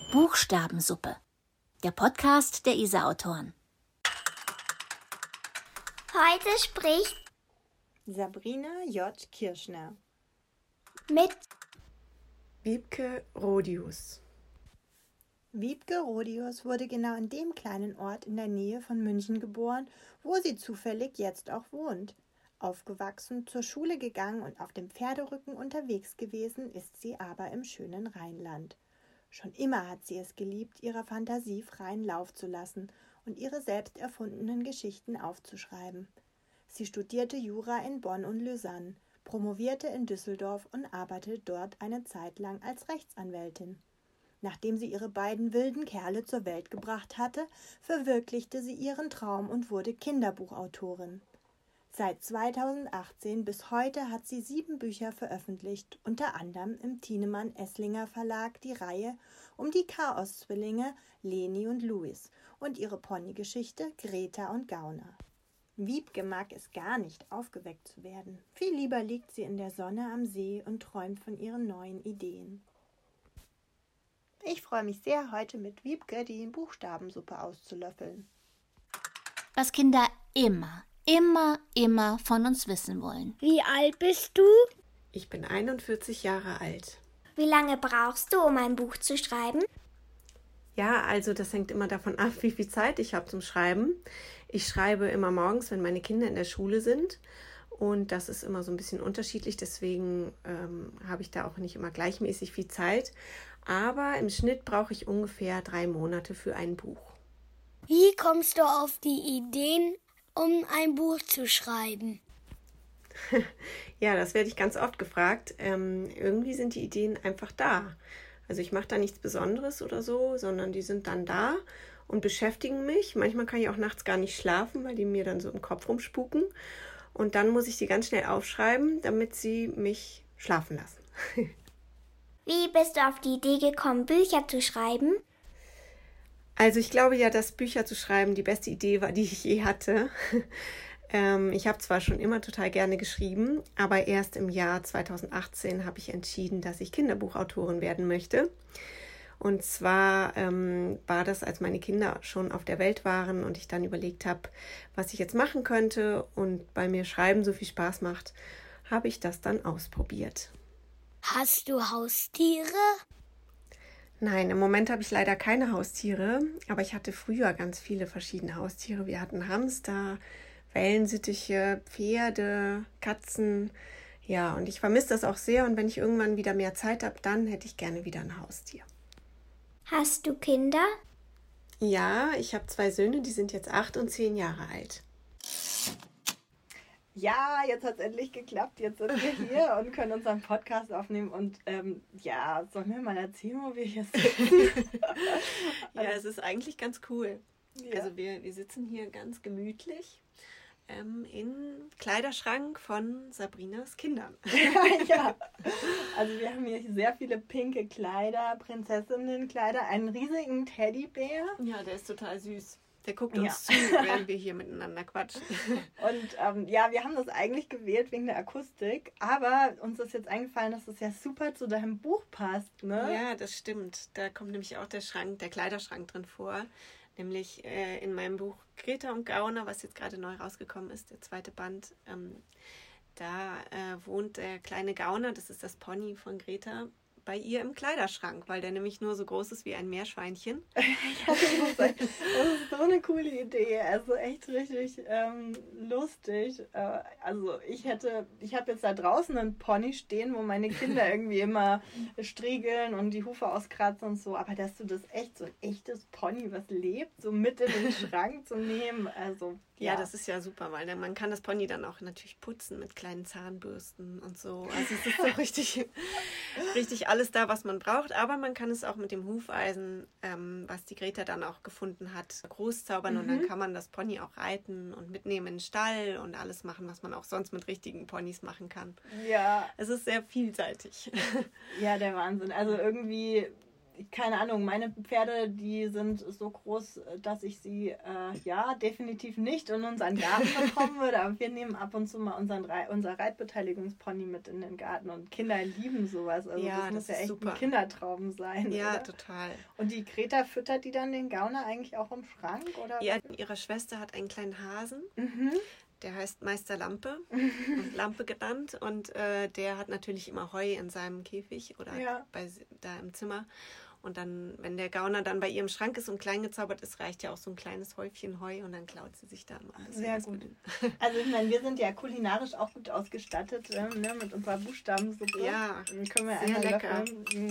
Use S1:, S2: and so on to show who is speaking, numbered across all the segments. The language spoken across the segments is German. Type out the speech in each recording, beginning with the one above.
S1: Buchstabensuppe, der Podcast der ISA-Autoren.
S2: Heute spricht
S3: Sabrina J. Kirschner
S2: mit
S4: Wiebke Rodius.
S3: Wiebke Rodius wurde genau in dem kleinen Ort in der Nähe von München geboren, wo sie zufällig jetzt auch wohnt. Aufgewachsen, zur Schule gegangen und auf dem Pferderücken unterwegs gewesen, ist sie aber im schönen Rheinland. Schon immer hat sie es geliebt, ihrer Fantasie freien Lauf zu lassen und ihre selbst erfundenen Geschichten aufzuschreiben. Sie studierte Jura in Bonn und Lausanne, promovierte in Düsseldorf und arbeitete dort eine Zeit lang als Rechtsanwältin. Nachdem sie ihre beiden wilden Kerle zur Welt gebracht hatte, verwirklichte sie ihren Traum und wurde Kinderbuchautorin. Seit 2018 bis heute hat sie 7 Bücher veröffentlicht, unter anderem im Thienemann-Esslinger Verlag die Reihe um die Chaos-Zwillinge Leni und Louis und ihre Ponygeschichte Greta und Gauner. Wiebke mag es gar nicht, aufgeweckt zu werden. Viel lieber liegt sie in der Sonne am See und träumt von ihren neuen Ideen. Ich freue mich sehr, heute mit Wiebke die Buchstabensuppe auszulöffeln.
S1: Was Kinder immer von uns wissen wollen.
S2: Wie alt bist du?
S4: Ich bin 41 Jahre alt.
S2: Wie lange brauchst du, um ein Buch zu schreiben?
S4: Ja, also das hängt immer davon ab, wie viel Zeit ich habe zum Schreiben. Ich schreibe immer morgens, wenn meine Kinder in der Schule sind. Und das ist immer so ein bisschen unterschiedlich. Deswegen habe ich da auch nicht immer gleichmäßig viel Zeit. Aber im Schnitt brauche ich ungefähr 3 Monate für ein Buch.
S2: Wie kommst du auf die Ideen, um ein Buch zu schreiben?
S4: Ja, das werde ich ganz oft gefragt. Irgendwie sind die Ideen einfach da. Also ich mache da nichts Besonderes oder so, sondern die sind dann da und beschäftigen mich. Manchmal kann ich auch nachts gar nicht schlafen, weil die mir dann so im Kopf rumspuken. Und dann muss ich sie ganz schnell aufschreiben, damit sie mich schlafen lassen.
S2: Wie bist du auf die Idee gekommen, Bücher zu schreiben?
S4: Also ich glaube ja, dass Bücher zu schreiben die beste Idee war, die ich je hatte. Ich habe zwar schon immer total gerne geschrieben, aber erst im Jahr 2018 habe ich entschieden, dass ich Kinderbuchautorin werden möchte. Und zwar war das, als meine Kinder schon auf der Welt waren und ich dann überlegt habe, was ich jetzt machen könnte. Und weil mir Schreiben so viel Spaß macht, habe ich das dann ausprobiert.
S2: Hast du Haustiere?
S4: Nein, im Moment habe ich leider keine Haustiere, aber ich hatte früher ganz viele verschiedene Haustiere. Wir hatten Hamster, Wellensittiche, Pferde, Katzen. Ja, und ich vermisse das auch sehr und wenn ich irgendwann wieder mehr Zeit habe, dann hätte ich gerne wieder ein Haustier.
S2: Hast du Kinder?
S4: Ja, ich habe 2 Söhne, die sind jetzt 8 und 10 Jahre alt.
S3: Ja, jetzt hat es endlich geklappt. Jetzt sind wir hier und können unseren Podcast aufnehmen. Und sollen wir mal erzählen, wo wir hier sitzen?
S4: Ja, es ist eigentlich ganz cool.
S3: Ja.
S4: Also wir sitzen hier ganz gemütlich im Kleiderschrank von Sabrinas Kindern.
S3: Ja, also wir haben hier sehr viele pinke Kleider, Prinzessinnenkleider, einen riesigen Teddybär.
S4: Ja, der ist total süß. Der guckt uns zu, während wir hier miteinander quatschen.
S3: Und wir haben das eigentlich gewählt wegen der Akustik, aber uns ist jetzt eingefallen, dass das ja super zu deinem Buch passt, ne?
S4: Ja, das stimmt. Da kommt nämlich auch der Kleiderschrank drin vor. Nämlich in meinem Buch Greta und Gauner, was jetzt gerade neu rausgekommen ist, der 2. Band. Da wohnt der kleine Gauner, das ist das Pony von Greta, bei ihr im Kleiderschrank, weil der nämlich nur so groß ist wie ein Meerschweinchen.
S3: Ja, das ist so eine coole Idee. Also echt richtig lustig. Also ich habe jetzt da draußen einen Pony stehen, wo meine Kinder irgendwie immer striegeln und die Hufe auskratzen und so. Aber dass du das echt so ein echtes Pony, was lebt, so mit in den Schrank zu nehmen, also
S4: ja, das ist ja super, weil man kann das Pony dann auch natürlich putzen mit kleinen Zahnbürsten und so. Also es ist so richtig alles da, was man braucht. Aber man kann es auch mit dem Hufeisen, was die Greta dann auch gefunden hat, großzaubern. Und dann kann man das Pony auch reiten und mitnehmen in den Stall und alles machen, was man auch sonst mit richtigen Ponys machen kann.
S3: Ja.
S4: Es ist sehr vielseitig.
S3: Ja, der Wahnsinn. Also irgendwie keine Ahnung, meine Pferde, die sind so groß, dass ich sie definitiv nicht in unseren Garten bekommen würde. Aber wir nehmen ab und zu mal unser Reitbeteiligungspony mit in den Garten und Kinder lieben sowas. Also das muss ja echt super. Ein Kindertraum sein.
S4: Ja,
S3: oder?
S4: Total.
S3: Und die Greta füttert die dann den Gauner eigentlich auch im Schrank? Oder?
S4: Ja, ihre Schwester hat einen kleinen Hasen. Der heißt Meister Lampe, Lampe genannt. Und der hat natürlich immer Heu in seinem Käfig oder da im Zimmer. Und dann, wenn der Gauner dann bei ihr im Schrank ist und klein gezaubert ist, reicht ja auch so ein kleines Häufchen Heu und dann klaut sie sich da immer ein bisschen.
S3: Sehr gut. Also ich meine, wir sind ja kulinarisch auch gut ausgestattet, ne, mit unserer Buchstabensuppe.
S4: Ja,
S3: dann können wir
S4: sehr lecker.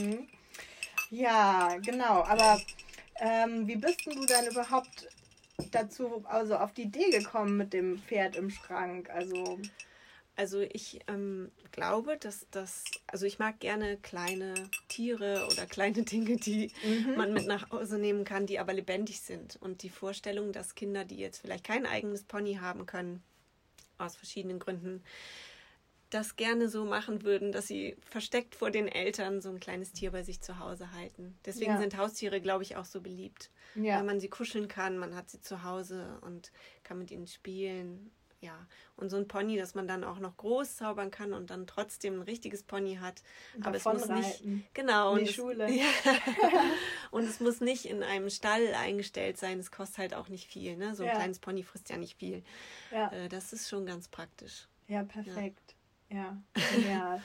S3: Ja, genau. Aber wie bist denn du dann überhaupt dazu, also auf die Idee gekommen mit dem Pferd im Schrank?
S4: Also ich glaube, also ich mag gerne kleine Tiere oder kleine Dinge, die man mit nach Hause nehmen kann, die aber lebendig sind. Und die Vorstellung, dass Kinder, die jetzt vielleicht kein eigenes Pony haben können, aus verschiedenen Gründen, das gerne so machen würden, dass sie versteckt vor den Eltern so ein kleines Tier bei sich zu Hause halten. Deswegen sind Haustiere, glaube ich, auch so beliebt. Ja. Weil man sie kuscheln kann, man hat sie zu Hause und kann mit ihnen spielen. Ja, und so ein Pony, dass man dann auch noch groß zaubern kann und dann trotzdem ein richtiges Pony hat. Aber es muss nicht, genau,
S3: in die Schule.
S4: Ja. Und es muss nicht in einem Stall eingestellt sein. Es kostet halt auch nicht viel. Ne? So ein kleines Pony frisst ja nicht viel. Ja. Das ist schon ganz praktisch.
S3: Ja, perfekt. Ja, genial.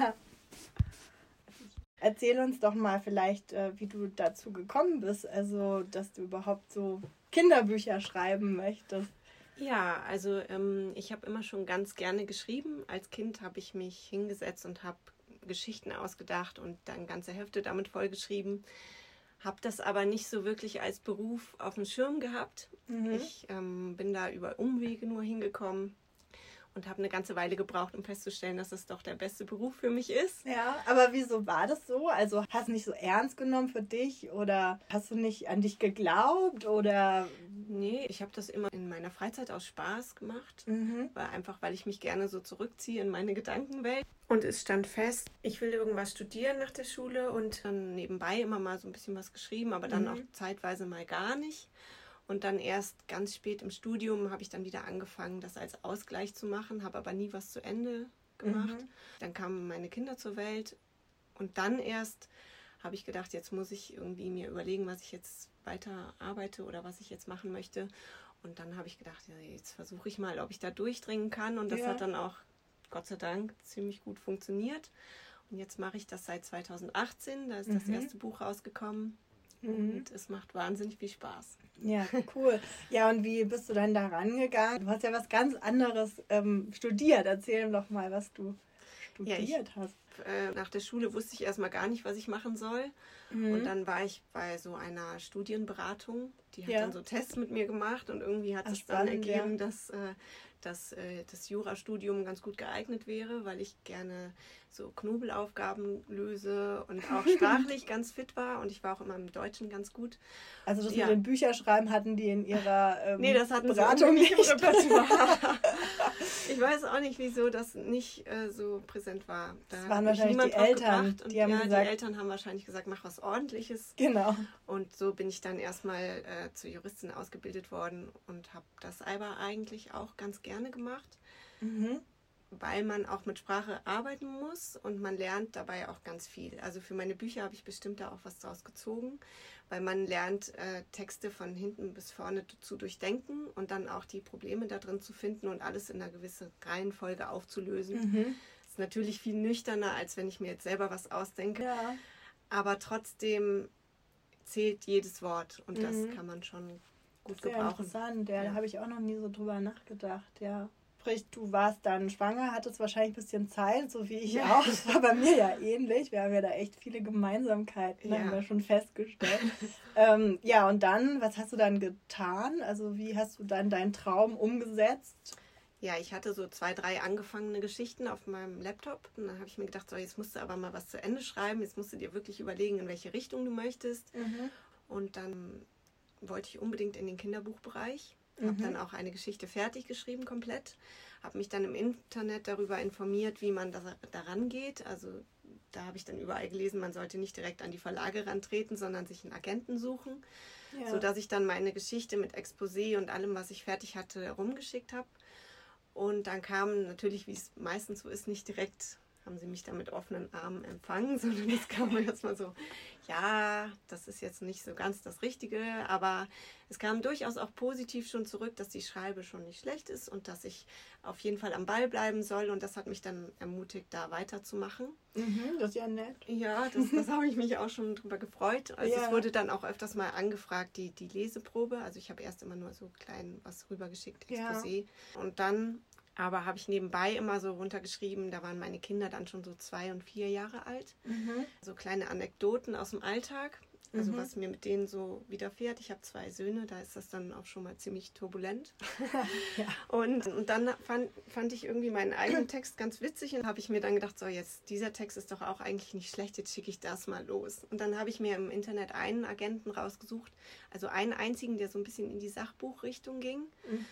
S3: Erzähl uns doch mal vielleicht, wie du dazu gekommen bist, also dass du überhaupt so Kinderbücher schreiben möchtest.
S4: Ja, also ich habe immer schon ganz gerne geschrieben. Als Kind habe ich mich hingesetzt und habe Geschichten ausgedacht und dann ganze Hefte damit vollgeschrieben. Habe das aber nicht so wirklich als Beruf auf dem Schirm gehabt. Ich bin da über Umwege nur hingekommen und habe eine ganze Weile gebraucht, um festzustellen, dass das doch der beste Beruf für mich ist.
S3: Ja, aber wieso war das so? Also hast du nicht so ernst genommen für dich oder hast du nicht an dich geglaubt oder...
S4: Nee, ich habe das immer in meiner Freizeit aus Spaß gemacht, weil ich mich gerne so zurückziehe in meine Gedankenwelt. Und es stand fest, ich will irgendwas studieren nach der Schule und dann nebenbei immer mal so ein bisschen was geschrieben, aber dann auch zeitweise mal gar nicht. Und dann erst ganz spät im Studium habe ich dann wieder angefangen, das als Ausgleich zu machen, habe aber nie was zu Ende gemacht. Dann kamen meine Kinder zur Welt und dann erst habe ich gedacht, jetzt muss ich irgendwie mir überlegen, was ich jetzt weiter arbeite oder was ich jetzt machen möchte. Und dann habe ich gedacht, ja, jetzt versuche ich mal, ob ich da durchdringen kann. Und das hat dann auch, Gott sei Dank, ziemlich gut funktioniert. Und jetzt mache ich das seit 2018. Da ist das erste Buch rausgekommen. Und es macht wahnsinnig viel Spaß.
S3: Ja, cool. Ja, und wie bist du dann da rangegangen? Du hast ja was ganz anderes studiert. Erzähl doch mal, was du studiert hast.
S4: Nach der Schule wusste ich erstmal gar nicht, was ich machen soll. Und dann war ich bei so einer Studienberatung. Die hat dann so Tests mit mir gemacht und irgendwie hat es dann ergeben, dass das Jurastudium ganz gut geeignet wäre, weil ich gerne so Knobelaufgaben löse und auch sprachlich ganz fit war und ich war auch immer im Deutschen ganz gut.
S3: Also das mit dem Bücherschreiben hatten die in ihrer
S4: nee, das hatten
S3: Beratung
S4: nicht im Repertoire. Ich weiß auch nicht, wieso das nicht so präsent war.
S3: Das waren wahrscheinlich die Eltern.
S4: Und die Eltern haben wahrscheinlich gesagt, mach was Ordentliches.
S3: Genau.
S4: Und so bin ich dann erstmal zur Juristin ausgebildet worden und habe das aber eigentlich auch ganz gerne gemacht, weil man auch mit Sprache arbeiten muss und man lernt dabei auch ganz viel. Also für meine Bücher habe ich bestimmt da auch was draus gezogen, weil man lernt, Texte von hinten bis vorne zu durchdenken und dann auch die Probleme da drin zu finden und alles in einer gewissen Reihenfolge aufzulösen. Das ist natürlich viel nüchterner, als wenn ich mir jetzt selber was ausdenke. Ja. Aber trotzdem zählt jedes Wort und das kann man schon gut gebrauchen.
S3: Interessant, da habe ich auch noch nie so drüber nachgedacht, ja. Sprich, du warst dann schwanger, hattest wahrscheinlich ein bisschen Zeit, so wie ich auch. Das war bei mir ja ähnlich. Wir haben ja da echt viele Gemeinsamkeiten, haben wir schon festgestellt. Ja, und dann, was hast du dann getan? Also wie hast du dann deinen Traum umgesetzt?
S4: Ja, ich hatte so 2, 3 angefangene Geschichten auf meinem Laptop. Und dann habe ich mir gedacht, so, jetzt musst du aber mal was zu Ende schreiben. Jetzt musst du dir wirklich überlegen, in welche Richtung du möchtest. Und dann wollte ich unbedingt in den Kinderbuchbereich. Habe dann auch eine Geschichte fertig geschrieben, komplett. Habe mich dann im Internet darüber informiert, wie man daran geht. Also da habe ich dann überall gelesen, man sollte nicht direkt an die Verlage rantreten, sondern sich einen Agenten suchen, sodass ich dann meine Geschichte mit Exposé und allem, was ich fertig hatte, rumgeschickt habe. Und dann kam natürlich, wie es meistens so ist, nicht direkt, haben sie mich da mit offenen Armen empfangen, sondern es kam erstmal so, ja, das ist jetzt nicht so ganz das Richtige, aber es kam durchaus auch positiv schon zurück, dass die Schreibe schon nicht schlecht ist und dass ich auf jeden Fall am Ball bleiben soll, und das hat mich dann ermutigt, da weiterzumachen.
S3: Das ist ja nett.
S4: Ja, das habe ich mich auch schon drüber gefreut. Also es wurde dann auch öfters mal angefragt, die Leseprobe. Also ich habe erst immer nur so klein was rübergeschickt, Exposé. Und dann aber habe ich nebenbei immer so runtergeschrieben, da waren meine Kinder dann schon so 2 und 4 Jahre alt. So kleine Anekdoten aus dem Alltag, also was mir mit denen so widerfährt. Ich habe 2 Söhne, da ist das dann auch schon mal ziemlich turbulent. Und dann fand ich irgendwie meinen eigenen Text ganz witzig und habe ich mir dann gedacht, so jetzt, dieser Text ist doch auch eigentlich nicht schlecht, jetzt schicke ich das mal los. Und dann habe ich mir im Internet einen Agenten rausgesucht, also einen einzigen, der so ein bisschen in die Sachbuchrichtung ging.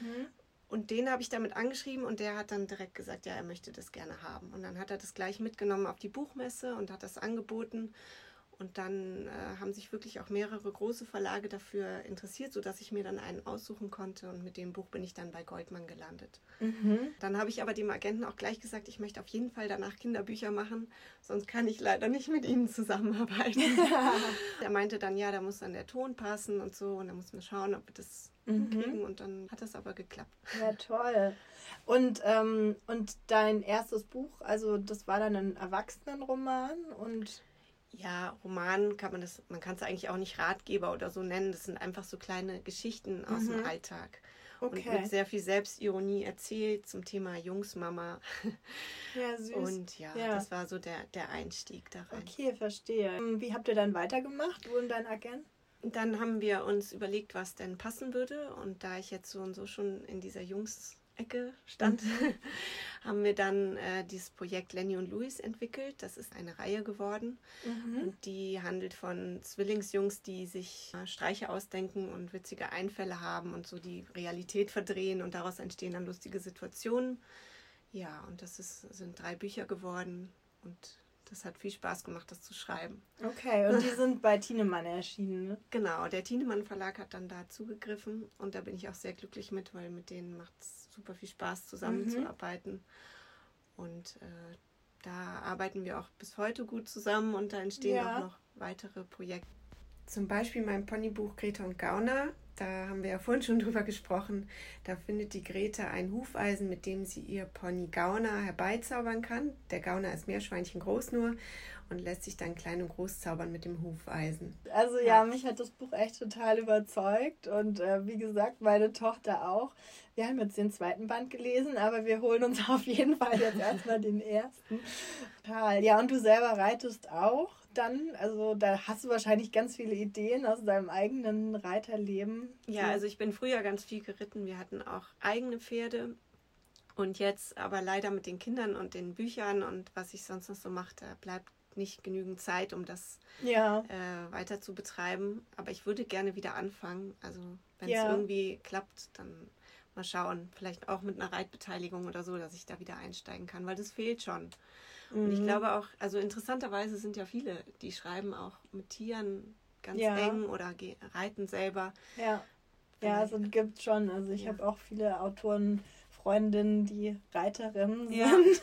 S4: Und den habe ich damit angeschrieben und der hat dann direkt gesagt, ja, er möchte das gerne haben. Und dann hat er das gleich mitgenommen auf die Buchmesse und hat das angeboten. Und dann haben sich wirklich auch mehrere große Verlage dafür interessiert, sodass ich mir dann einen aussuchen konnte. Und mit dem Buch bin ich dann bei Goldmann gelandet. Dann habe ich aber dem Agenten auch gleich gesagt, ich möchte auf jeden Fall danach Kinderbücher machen, sonst kann ich leider nicht mit Ihnen zusammenarbeiten. Er meinte dann, ja, da muss dann der Ton passen und so. Und da muss man schauen, ob wir das kriegen. Und dann hat das aber geklappt.
S3: Ja, toll. Und dein erstes Buch, also das war dann ein Erwachsenenroman und...
S4: Ja, Roman man kann es eigentlich auch nicht Ratgeber oder so nennen. Das sind einfach so kleine Geschichten aus dem Alltag. Und mit sehr viel Selbstironie erzählt zum Thema Jungsmama.
S3: Ja, süß.
S4: Und das war so der Einstieg da rein.
S3: Okay, verstehe. Wie habt ihr dann weitergemacht? Wo in dein Agent?
S4: Dann haben wir uns überlegt, was denn passen würde. Und da ich jetzt so und so schon in dieser Jungs-Ecke stand, haben wir dann dieses Projekt Lenny und Louis entwickelt. Das ist eine Reihe geworden. Und die handelt von Zwillingsjungs, die sich Streiche ausdenken und witzige Einfälle haben und so die Realität verdrehen. Und daraus entstehen dann lustige Situationen. Ja, und sind 3 Bücher geworden. Und das hat viel Spaß gemacht, das zu schreiben.
S3: Okay, und die sind bei Thienemann erschienen, ne?
S4: Genau, der Thienemann Verlag hat dann da zugegriffen und da bin ich auch sehr glücklich mit, weil mit denen macht es super viel Spaß, zusammenzuarbeiten. Und da arbeiten wir auch bis heute gut zusammen und da entstehen auch noch weitere Projekte. Zum Beispiel mein Ponybuch Greta und Gauner. Da haben wir ja vorhin schon drüber gesprochen. Da findet die Greta ein Hufeisen, mit dem sie ihr Pony Gauner herbeizaubern kann. Der Gauner ist Meerschweinchen groß nur und lässt sich dann klein und groß zaubern mit dem Hufeisen.
S3: Also ja, mich hat das Buch echt total überzeugt und wie gesagt, meine Tochter auch. Wir haben jetzt den 2. Band gelesen, aber wir holen uns auf jeden Fall jetzt erstmal den 1. Total. Ja, und du selber reitest auch dann? Also da hast du wahrscheinlich ganz viele Ideen aus deinem eigenen Reiterleben.
S4: Ja, also ich bin früher ganz viel geritten. Wir hatten auch eigene Pferde. Und jetzt aber leider mit den Kindern und den Büchern und was ich sonst noch so mache, da bleibt nicht genügend Zeit, um das weiter zu betreiben. Aber ich würde gerne wieder anfangen. Also wenn es irgendwie klappt, dann mal schauen. Vielleicht auch mit einer Reitbeteiligung oder so, dass ich da wieder einsteigen kann, weil das fehlt schon. Und ich glaube auch, also interessanterweise sind ja viele, die schreiben auch mit Tieren ganz eng oder reiten selber. Ja,
S3: also gibt schon. Also ich habe auch viele Autoren, Freundinnen, die Reiterinnen sind.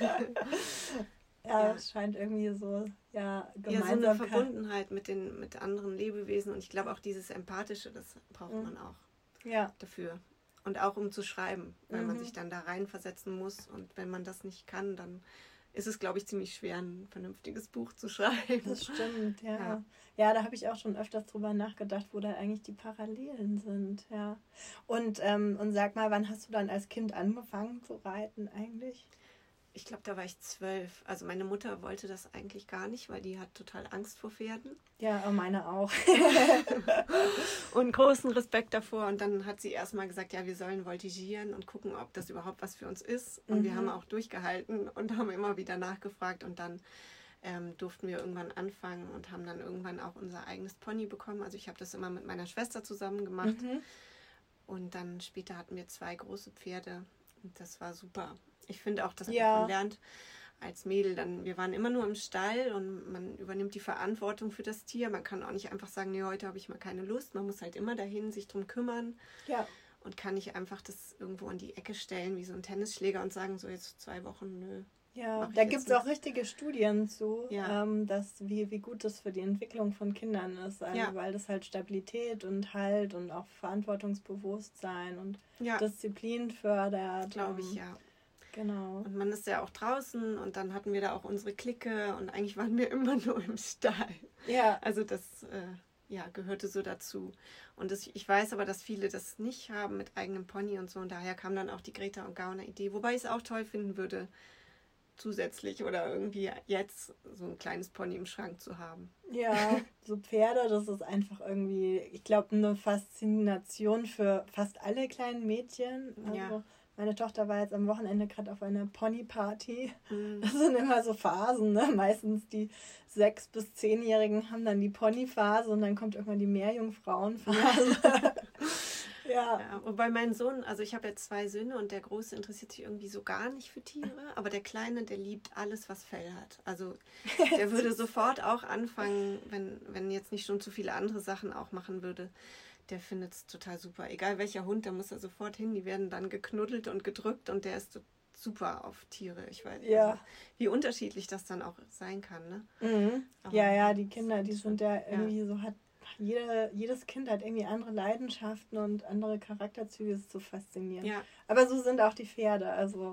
S3: Es scheint irgendwie so, Gemeinsamkeit.
S4: Ja, so eine Verbundenheit mit anderen Lebewesen. Und ich glaube auch dieses Empathische, das braucht man auch dafür. Und auch um zu schreiben, weil man sich dann da reinversetzen muss. Und wenn man das nicht kann, dann ist es, glaube ich, ziemlich schwer, ein vernünftiges Buch zu schreiben.
S3: Das stimmt, ja. Ja, da habe ich auch schon öfters drüber nachgedacht, wo da eigentlich die Parallelen sind, ja. Und sag mal, wann hast du dann als Kind angefangen zu reiten eigentlich?
S4: Ich glaube, da war ich 12. Also meine Mutter wollte das eigentlich gar nicht, weil die hat total Angst vor Pferden.
S3: Ja, meine auch.
S4: Und großen Respekt davor. Und dann hat sie erstmal gesagt, ja, wir sollen voltigieren und gucken, ob das überhaupt was für uns ist. Und wir haben auch durchgehalten und haben immer wieder nachgefragt. Und dann durften wir irgendwann anfangen und haben dann irgendwann auch unser eigenes Pony bekommen. Also ich habe das immer mit meiner Schwester zusammen gemacht. Und dann später hatten wir 2 große Pferde. Und das war super. Ich finde auch, dass man davon lernt. als Mädel dann, wir waren immer nur im Stall und man übernimmt die Verantwortung für das Tier. Man kann auch nicht einfach sagen, nee, heute habe ich mal keine Lust. Man muss halt immer dahin, sich drum kümmern.
S3: Ja.
S4: Und kann nicht einfach das irgendwo an die Ecke stellen, wie so ein Tennisschläger und sagen, so jetzt 2 Wochen, nö.
S3: Ja, da gibt es auch richtige Studien zu, wie gut das für die Entwicklung von Kindern ist. Also, weil das halt Stabilität und Halt und auch Verantwortungsbewusstsein und Disziplin fördert.
S4: Glaube ich, ja.
S3: Genau.
S4: Und man ist ja auch draußen und dann hatten wir da auch unsere Clique und eigentlich waren wir immer nur im Stall.
S3: Ja.
S4: Also das gehörte so dazu. Und ich weiß aber, dass viele das nicht haben mit eigenem Pony und so. Und daher kam dann auch die Greta und Gauner Idee. Wobei ich es auch toll finden würde, zusätzlich oder irgendwie jetzt so ein kleines Pony im Schrank zu haben.
S3: Ja, so Pferde, das ist einfach irgendwie, ich glaube, eine Faszination für fast alle kleinen Mädchen. Also meine Tochter war jetzt am Wochenende gerade auf einer Ponyparty. Das sind immer so Phasen, ne? Meistens die 6- bis 10-Jährigen haben dann die Ponyphase und dann kommt irgendwann die Meerjungfrauenphase. Ja,
S4: wobei mein Sohn, also ich habe jetzt 2 Söhne und der Große interessiert sich irgendwie so gar nicht für Tiere, aber der Kleine, der liebt alles, was Fell hat. Also der würde sofort auch anfangen, wenn jetzt nicht schon zu viele andere Sachen auch machen würde. Der findet es total super. Egal welcher Hund, da muss er sofort hin. Die werden dann geknuddelt und gedrückt und der ist super auf Tiere. Ich weiß nicht, also, wie unterschiedlich das dann auch sein kann. Ne?
S3: Mhm. Ja, die Kinder, die sind ja irgendwie so, jedes Kind hat irgendwie andere Leidenschaften und andere Charakterzüge, das ist so faszinierend.
S4: Ja.
S3: Aber so sind auch die Pferde, also.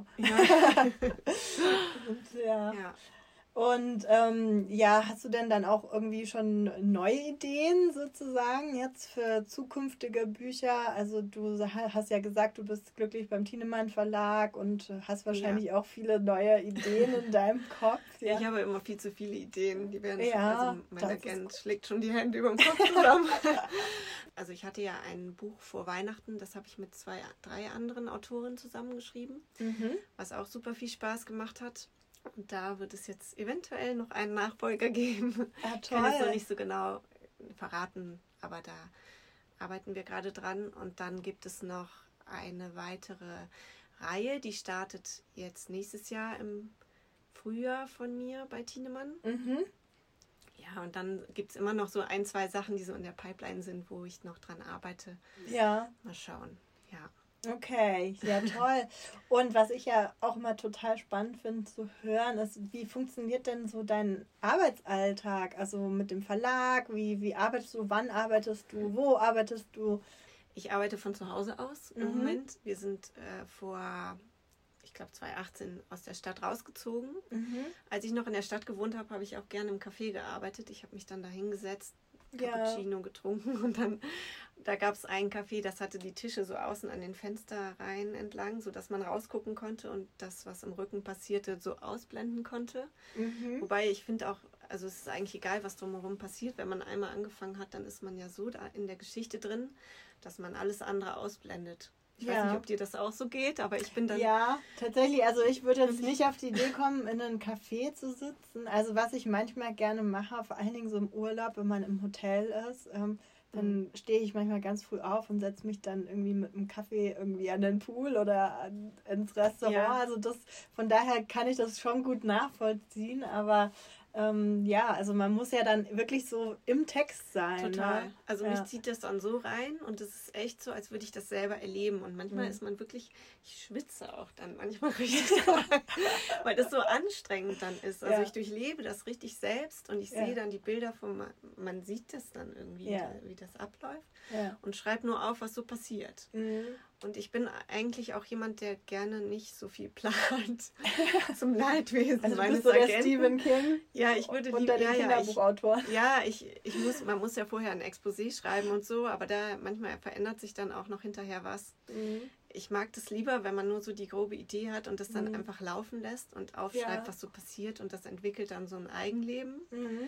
S3: Ja. Und hast du denn dann auch irgendwie schon neue Ideen sozusagen jetzt für zukünftige Bücher? Also du hast ja gesagt, du bist glücklich beim Thienemann Verlag und hast wahrscheinlich auch viele neue Ideen in deinem Kopf. Ja?
S4: Ich habe immer viel zu viele Ideen. Die werden schon, also mein Agent schlägt schon die Hände über den Kopf zusammen. Also ich hatte ja ein Buch vor Weihnachten, das habe ich mit 3 anderen Autorinnen zusammengeschrieben, was auch super viel Spaß gemacht hat. Und da wird es jetzt eventuell noch einen Nachfolger geben.
S3: Ja, toll.
S4: Ich kann es noch nicht so genau verraten, aber da arbeiten wir gerade dran. Und dann gibt es noch eine weitere Reihe, die startet jetzt nächstes Jahr im Frühjahr von mir bei Thienemann. Ja, und dann gibt es immer noch so 1, 2 Sachen, die so in der Pipeline sind, wo ich noch dran arbeite.
S3: Ja.
S4: Mal schauen, ja.
S3: Okay, ja toll. Und was ich ja auch immer total spannend finde zu hören, ist, wie funktioniert denn so dein Arbeitsalltag? Also mit dem Verlag, wie arbeitest du, wann arbeitest du, wo arbeitest du?
S4: Ich arbeite von zu Hause aus im Moment. Wir sind ich glaube 2018 aus der Stadt rausgezogen. Als ich noch in der Stadt gewohnt habe, habe ich auch gerne im Café gearbeitet. Ich habe mich dann da hingesetzt, Cappuccino getrunken und dann, da gab es ein Café, das hatte die Tische so außen an den Fensterreihen entlang, sodass man rausgucken konnte und das, was im Rücken passierte, so ausblenden konnte. Wobei ich finde auch, also es ist eigentlich egal, was drumherum passiert. Wenn man einmal angefangen hat, dann ist man ja so da in der Geschichte drin, dass man alles andere ausblendet. Ich weiß nicht, ob dir das auch so geht, aber ich bin dann...
S3: Ja, tatsächlich. Also ich würde jetzt nicht auf die Idee kommen, in einem Café zu sitzen. Also was ich manchmal gerne mache, vor allen Dingen so im Urlaub, wenn man im Hotel ist, dann stehe ich manchmal ganz früh auf und setze mich dann irgendwie mit einem Kaffee irgendwie an den Pool oder ins Restaurant. Ja. Also von daher kann ich das schon gut nachvollziehen, aber also man muss ja dann wirklich so im Text sein.
S4: Total.
S3: Ne?
S4: Also mich zieht das dann so rein und es ist echt so, als würde ich das selber erleben. Und manchmal ist man wirklich, ich schwitze auch dann manchmal richtig, weil das so anstrengend dann ist. Also ich durchlebe das richtig selbst und ich sehe dann die Bilder man sieht das dann irgendwie, wie das abläuft und schreibe nur auf, was so passiert. Und ich bin eigentlich auch jemand, der gerne nicht so viel plant. Zum Leidwesen
S3: also
S4: meines
S3: bist du der
S4: Agenten.
S3: Stephen King?
S4: Ja, ich würde
S3: unter den Kinderbuchautoren.
S4: Man muss ja vorher ein Exposé schreiben und so, aber da manchmal verändert sich dann auch noch hinterher was. Ich mag das lieber, wenn man nur so die grobe Idee hat und das dann einfach laufen lässt und aufschreibt, was so passiert und das entwickelt dann so ein Eigenleben.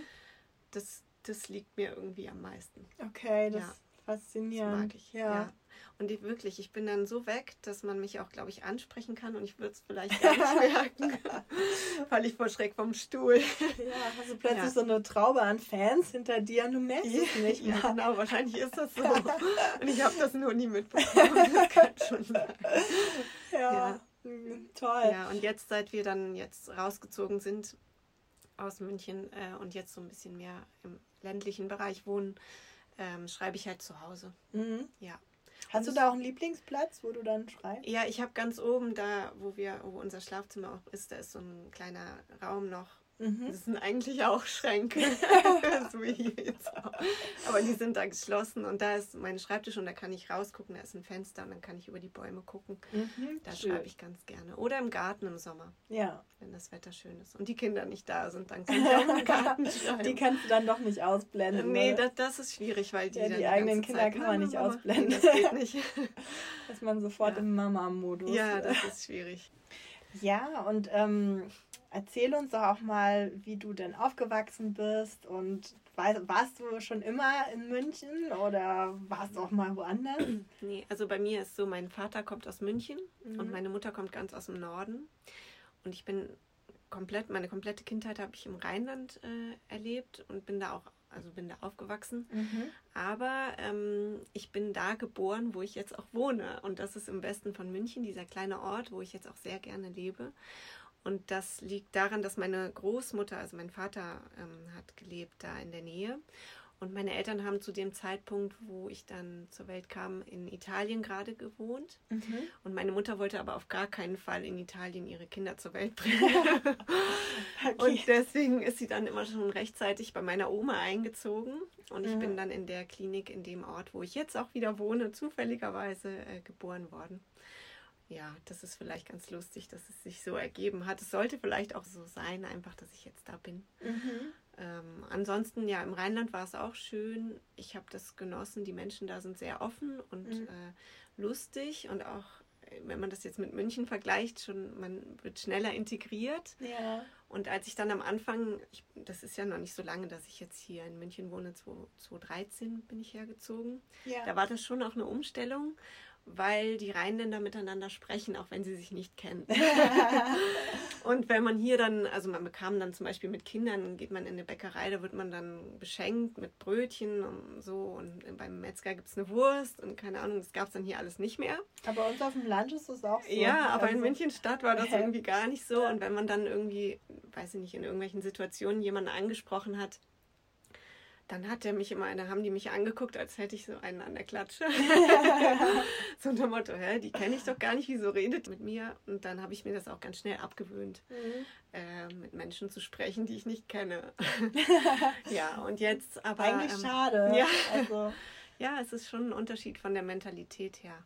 S4: Das liegt mir irgendwie am meisten.
S3: Okay, das faszinierend.
S4: Das mag ich, ja. Und ich bin dann so weg, dass man mich auch, glaube ich, ansprechen kann und ich würde es vielleicht gar nicht merken, weil ich vor Schreck vom Stuhl.
S3: Ja, hast du plötzlich so eine Traube an Fans hinter dir und du merkst es nicht mehr.
S4: Ja, genau, wahrscheinlich ist das so. Und ich habe das nur nie mitbekommen, das kann schon sein.
S3: Ja. Toll.
S4: Ja, und jetzt, seit wir dann jetzt rausgezogen sind aus München und jetzt so ein bisschen mehr im ländlichen Bereich wohnen, schreibe ich halt zu Hause.
S3: Mhm.
S4: Ja.
S3: Hast du da auch einen Lieblingsplatz, wo du dann schreibst?
S4: Ja, ich habe ganz oben da, wo unser Schlafzimmer auch ist, da ist so ein kleiner Raum noch. Das sind eigentlich auch Schränke, so wie hier jetzt auch. Aber die sind da geschlossen und da ist mein Schreibtisch und da kann ich rausgucken, da ist ein Fenster und dann kann ich über die Bäume gucken. Da schreibe ich ganz gerne. Oder im Garten im Sommer, wenn das Wetter schön ist und die Kinder nicht da sind, dann kann ich auch im Garten schreiben.
S3: Die kannst du dann doch nicht ausblenden.
S4: Nee, das ist schwierig, weil die
S3: die eigenen Kinder kann man nicht ausblenden.
S4: Das geht nicht.
S3: Ist man sofort im Mama-Modus.
S4: Ja, das ist schwierig.
S3: Ja, und erzähl uns doch auch mal, wie du denn aufgewachsen bist und warst du schon immer in München oder warst du auch mal woanders?
S4: Nee, also bei mir ist so, mein Vater kommt aus München und meine Mutter kommt ganz aus dem Norden und ich bin meine komplette Kindheit habe ich im Rheinland erlebt und bin da aufgewachsen. Aber ich bin da geboren, wo ich jetzt auch wohne. Und das ist im Westen von München, dieser kleine Ort, wo ich jetzt auch sehr gerne lebe. Und das liegt daran, dass meine Großmutter, also mein Vater, hat gelebt da in der Nähe. Und meine Eltern haben zu dem Zeitpunkt, wo ich dann zur Welt kam, in Italien gerade gewohnt. Und meine Mutter wollte aber auf gar keinen Fall in Italien ihre Kinder zur Welt bringen. Okay. Und deswegen ist sie dann immer schon rechtzeitig bei meiner Oma eingezogen. Und ich bin dann in der Klinik in dem Ort, wo ich jetzt auch wieder wohne, zufälligerweise geboren worden. Ja, das ist vielleicht ganz lustig, dass es sich so ergeben hat. Es sollte vielleicht auch so sein, einfach, dass ich jetzt da bin. Ansonsten, ja, im Rheinland war es auch schön. Ich habe das genossen. Die Menschen da sind sehr offen und lustig. Und auch, wenn man das jetzt mit München vergleicht, man wird schneller integriert.
S3: Ja.
S4: Und als ich dann am Anfang, das ist ja noch nicht so lange, dass ich jetzt hier in München wohne, 2013 bin ich hergezogen. Ja. Da war das schon auch eine Umstellung, weil die Rheinländer miteinander sprechen, auch wenn sie sich nicht kennen. Und wenn man hier dann, also man bekam dann zum Beispiel mit Kindern, geht man in eine Bäckerei, da wird man dann beschenkt mit Brötchen und so. Und beim Metzger gibt es eine Wurst und keine Ahnung, das gab es dann hier alles nicht mehr.
S3: Aber uns auf dem Land ist das auch so.
S4: Ja, aber in München Stadt war das irgendwie gar nicht so. Und wenn man dann irgendwie, weiß ich nicht, in irgendwelchen Situationen jemanden angesprochen hat, dann haben die mich angeguckt, als hätte ich so einen an der Klatsche. So unter dem Motto, die kenne ich doch gar nicht, wieso redet mit mir? Und dann habe ich mir das auch ganz schnell abgewöhnt, mit Menschen zu sprechen, die ich nicht kenne. Ja, und jetzt aber...
S3: Eigentlich schade.
S4: Ja.
S3: Also.
S4: Ja, es ist schon ein Unterschied von der Mentalität her.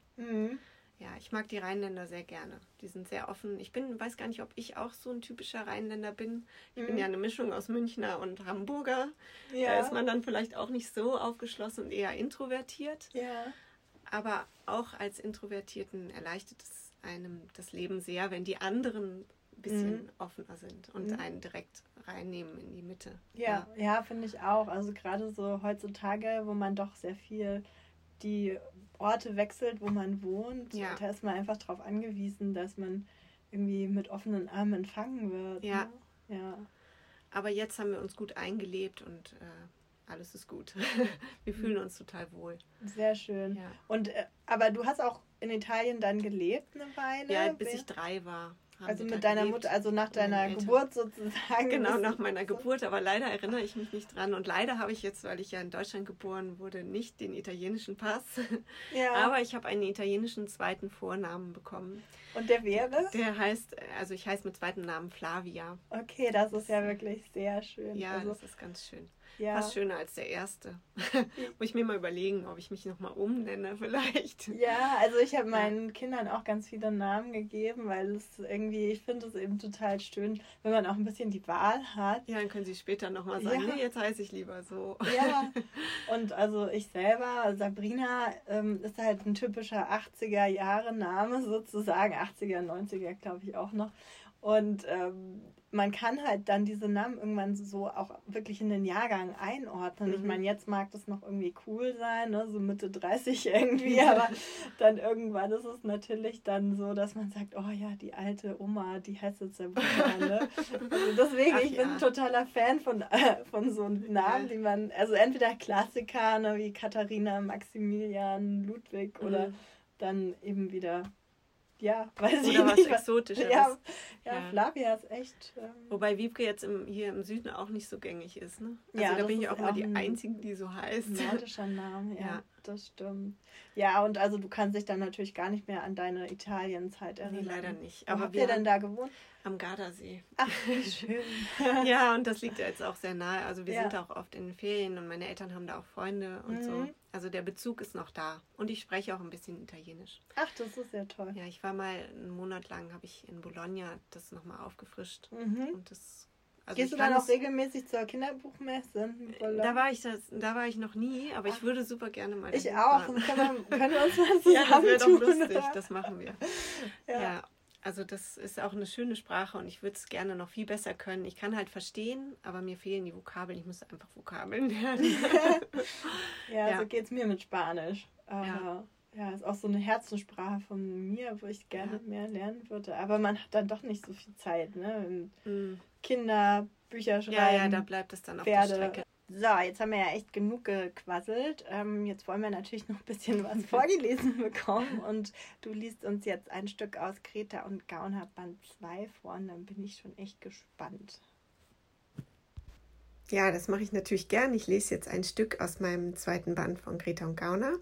S4: Ja, ich mag die Rheinländer sehr gerne. Die sind sehr offen. Ich weiß gar nicht, ob ich auch so ein typischer Rheinländer bin. Ich bin ja eine Mischung aus Münchner und Hamburger. Ja. Da ist man dann vielleicht auch nicht so aufgeschlossen und eher introvertiert.
S3: Ja.
S4: Aber auch als Introvertierten erleichtert es einem das Leben sehr, wenn die anderen ein bisschen offener sind und einen direkt reinnehmen in die Mitte.
S3: Ja, finde ich auch. Also gerade so heutzutage, wo man doch sehr viel die Orte wechselt, wo man wohnt.
S4: Ja.
S3: Und da ist man einfach darauf angewiesen, dass man irgendwie mit offenen Armen empfangen wird.
S4: Ja.
S3: Ne? Ja.
S4: Aber jetzt haben wir uns gut eingelebt und alles ist gut. Wir fühlen uns total wohl.
S3: Sehr schön.
S4: Ja.
S3: Und aber du hast auch in Italien dann gelebt eine Weile?
S4: Ja, bis ich 3 war.
S3: Also mit deiner Mutter, also nach deiner Geburt sozusagen.
S4: Genau, nach meiner Geburt, aber leider erinnere ich mich nicht dran. Und leider habe ich jetzt, weil ich ja in Deutschland geboren wurde, nicht den italienischen Pass. Ja. Aber ich habe einen italienischen zweiten Vornamen bekommen.
S3: Und der wäre?
S4: Der heißt, also ich heiße mit zweiten Namen Flavia.
S3: Okay, das ist ja wirklich sehr schön.
S4: Ja,
S3: also,
S4: das ist ganz schön.
S3: Ja.
S4: Fast schöner als der erste. Muss ich mir mal überlegen, ob ich mich nochmal umnenne vielleicht.
S3: Ja, also ich habe meinen Kindern auch ganz viele Namen gegeben, weil es irgendwie, ich finde es eben total schön, wenn man auch ein bisschen die Wahl hat.
S4: Ja, dann können sie später nochmal sagen, nee, jetzt heiße ich lieber so.
S3: Ja, und also ich selber, Sabrina, ist halt ein typischer 80er-Jahre-Name sozusagen, 80er, 90er glaube ich auch noch. Und man kann halt dann diese Namen irgendwann so auch wirklich in den Jahrgang einordnen. Ich meine, jetzt mag das noch irgendwie cool sein, ne? So Mitte 30 irgendwie, aber dann irgendwann ist es natürlich dann so, dass man sagt, oh ja, die alte Oma, die heißt jetzt Sabrina, ne? Also deswegen, ich bin totaler Fan von so Namen, die man, also entweder Klassiker, ne, wie Katharina, Maximilian, Ludwig oder dann eben wieder ja, weiß ich
S4: Oder was
S3: nicht.
S4: Exotischeres.
S3: Ja,
S4: Ja.
S3: Flavia ist echt...
S4: Wobei Wiebke jetzt hier im Süden auch nicht so gängig ist. Ne? Also
S3: Ja,
S4: da
S3: das
S4: bin ich
S3: ist
S4: auch immer
S3: auch
S4: die
S3: ein
S4: Einzige, die so heißt.
S3: nordischer Name, ja,
S4: Ja.
S3: das stimmt. Ja, und also du kannst dich dann natürlich gar nicht mehr an deine Italienzeit
S4: Nee,
S3: erinnern.
S4: leider nicht.
S3: Wo
S4: Aber
S3: habt
S4: wir
S3: ihr denn
S4: haben
S3: da gewohnt?
S4: am Gardasee.
S3: Ach, wie schön.
S4: Ja, und das liegt ja jetzt auch sehr nahe. Also wir
S3: Ja.
S4: sind auch oft in den Ferien und meine Eltern haben da auch Freunde und so. Also der Bezug ist noch da. Und ich spreche auch ein bisschen Italienisch.
S3: Ach, das ist ja toll.
S4: Ja, ich war mal einen Monat lang, habe ich in Bologna das nochmal aufgefrischt.
S3: Mhm.
S4: Und das, also
S3: Gehst du
S4: ich
S3: dann
S4: kann
S3: auch regelmäßig zur Kinderbuchmesse?
S4: Da war ich noch nie, aber ich würde super gerne mal
S3: Ich
S4: dahin
S3: auch.
S4: fahren.
S3: Können wir uns mal
S4: Ja, das wäre doch
S3: zusammentun?
S4: lustig, das machen wir.
S3: Ja.
S4: Ja, also das ist auch eine schöne Sprache und ich würde es gerne noch viel besser können. Ich kann halt verstehen, aber mir fehlen die Vokabeln. Ich muss einfach Vokabeln lernen.
S3: Ja,
S4: Ja.
S3: so geht es mir mit Spanisch. Ja, ist auch so eine Herzenssprache von mir, wo ich gerne mehr lernen würde. Aber man hat dann doch nicht so viel Zeit, ne? Kinder, Bücher schreiben.
S4: Ja, da bleibt es dann auf
S3: Pferde.
S4: der Strecke.
S3: So, jetzt haben wir ja echt genug gequasselt. Jetzt wollen wir natürlich noch ein bisschen was vorgelesen bekommen. Und du liest uns jetzt ein Stück aus Greta und Gauner Band 2 vor. Und dann bin ich schon echt gespannt.
S4: Ja, das mache ich natürlich gern. Ich lese jetzt ein Stück aus meinem zweiten Band von Greta und Gauner.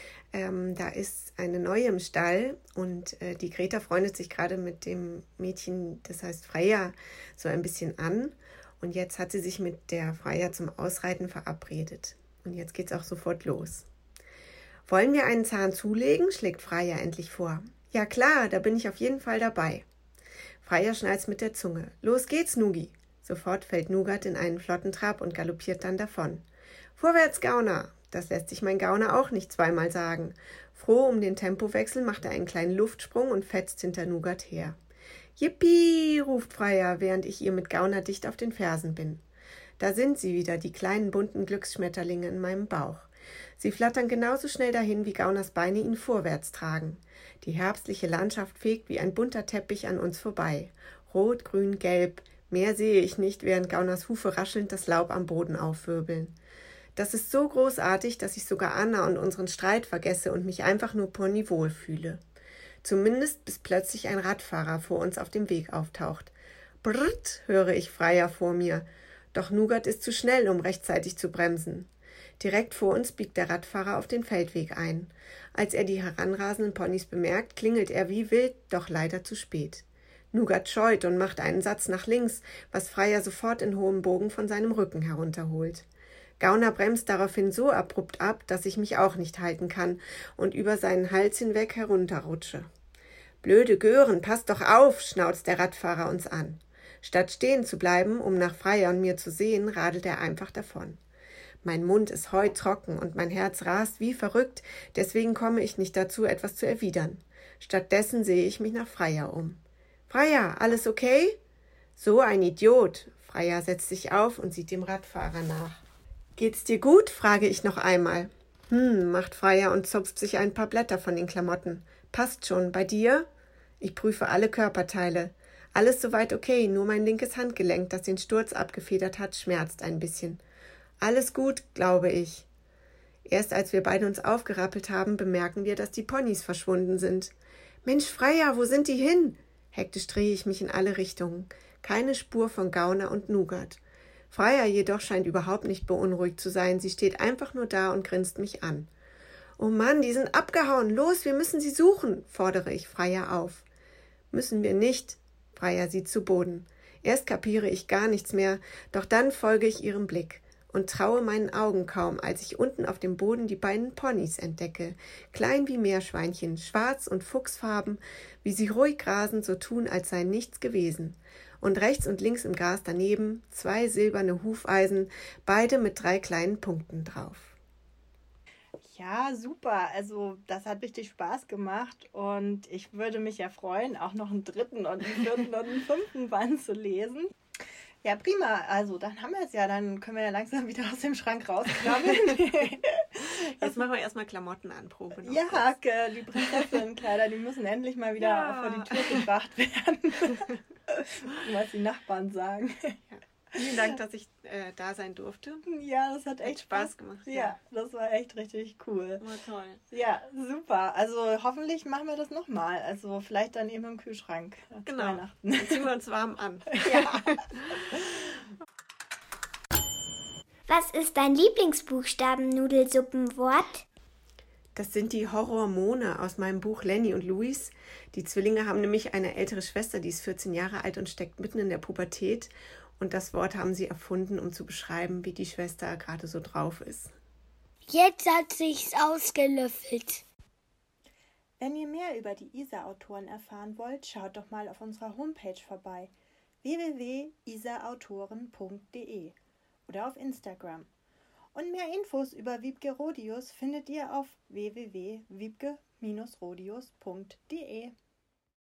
S4: Da ist eine neue im Stall und die Greta freundet sich gerade mit dem Mädchen, das heißt Freya, so ein bisschen an. Und jetzt hat sie sich mit der Freya zum Ausreiten verabredet. Und jetzt geht's auch sofort los. Wollen wir einen Zahn zulegen? Schlägt Freya endlich vor. Ja klar, da bin ich auf jeden Fall dabei. Freya schnalzt mit der Zunge. Los geht's, Nugi. Sofort fällt Nougat in einen flotten Trab und galoppiert dann davon. Vorwärts, Gauner! Das lässt sich mein Gauner auch nicht zweimal sagen. Froh um den Tempowechsel macht er einen kleinen Luftsprung und fetzt hinter Nougat her. Yippie, ruft Freya, während ich ihr mit Gauner dicht auf den Fersen bin. Da sind sie wieder, die kleinen bunten Glücksschmetterlinge in meinem Bauch. Sie flattern genauso schnell dahin, wie Gauners Beine ihn vorwärts tragen. Die herbstliche Landschaft fegt wie ein bunter Teppich an uns vorbei. Rot, grün, gelb. Mehr sehe ich nicht, während Gauners Hufe raschelnd das Laub am Boden aufwirbeln. Das ist so großartig, dass ich sogar Anna und unseren Streit vergesse und mich einfach nur ponywohl fühle. Zumindest bis plötzlich ein Radfahrer vor uns auf dem Weg auftaucht. Brrrt, höre ich Freya vor mir. Doch Nougat ist zu schnell, um rechtzeitig zu bremsen. Direkt vor uns biegt der Radfahrer auf den Feldweg ein. Als er die heranrasenden Ponys bemerkt, klingelt er wie wild, doch leider zu spät. Nougat scheut und macht einen Satz nach links, was Freya sofort in hohem Bogen von seinem Rücken herunterholt. Gauner bremst daraufhin so abrupt ab, dass ich mich auch nicht halten kann und über seinen Hals hinweg herunterrutsche. »Blöde Gören, passt doch auf«, schnauzt der Radfahrer uns an. Statt stehen zu bleiben, um nach Freya und mir zu sehen, radelt er einfach davon. Mein Mund ist heultrocken und mein Herz rast wie verrückt, deswegen komme ich nicht dazu, etwas zu erwidern. Stattdessen sehe ich mich nach Freya um. »Freya, alles okay?« »So ein Idiot!« Freya setzt sich auf und sieht dem Radfahrer nach. »Geht's dir gut?« frage ich noch einmal. Macht Freya und zupft sich ein paar Blätter von den Klamotten. »Passt schon. Bei dir?« Ich prüfe alle Körperteile. Alles soweit okay, nur mein linkes Handgelenk, das den Sturz abgefedert hat, schmerzt ein bisschen. Alles gut, glaube ich. Erst als wir beide uns aufgerappelt haben, bemerken wir, dass die Ponys verschwunden sind. »Mensch, Freya, wo sind die hin?« Hektisch drehe ich mich in alle Richtungen. Keine Spur von Gauner und Nougat. Freya jedoch scheint überhaupt nicht beunruhigt zu sein. Sie steht einfach nur da und grinst mich an. »Oh Mann, die sind abgehauen. Los, wir müssen sie suchen«, fordere ich Freya auf. »Müssen wir nicht.« Freya sieht zu Boden. Erst kapiere ich gar nichts mehr, doch dann folge ich ihrem Blick und traue meinen Augen kaum, als ich unten auf dem Boden die beiden Ponys entdecke, klein wie Meerschweinchen, schwarz und fuchsfarben, wie sie ruhig grasend so tun, als sei nichts gewesen. Und rechts und links im Gras daneben 2 silberne Hufeisen, beide mit 3 kleinen Punkten drauf.
S3: Ja, super. Also das hat richtig Spaß gemacht und ich würde mich ja freuen, auch noch einen 3. und einen 4. und einen 5. Band zu lesen. Ja, prima. Also dann haben wir es ja. Dann können wir ja langsam wieder aus dem Schrank rauskrabbeln.
S4: Jetzt machen wir erstmal Klamottenanprobe.
S3: Ja, die Prinzessinnenkleider, die müssen endlich mal wieder vor die Tür gebracht werden. Was die Nachbarn sagen.
S4: Vielen Dank, dass ich da sein durfte.
S3: Ja, das hat echt
S4: Spaß gemacht.
S3: Ja, das war echt richtig cool.
S4: War toll.
S3: Ja, super. Also hoffentlich machen wir das nochmal. Also vielleicht dann eben im Kühlschrank zu
S4: Genau.
S3: Weihnachten.
S4: Dann ziehen wir uns warm an.
S3: Ja.
S2: Was ist dein Lieblingsbuchstaben-Nudelsuppenwort?
S4: Das sind die Horrormone aus meinem Buch Lenny und Louis. Die Zwillinge haben nämlich eine ältere Schwester, die ist 14 Jahre alt und steckt mitten in der Pubertät. Und das Wort haben sie erfunden, um zu beschreiben, wie die Schwester gerade so drauf ist.
S2: Jetzt hat sich's ausgelöffelt.
S3: Wenn ihr mehr über die ISA-Autoren erfahren wollt, schaut doch mal auf unserer Homepage vorbei: www.isaautoren.de oder auf Instagram. Und mehr Infos über Wiebke Rodius findet ihr auf www.wiebke-rodius.de.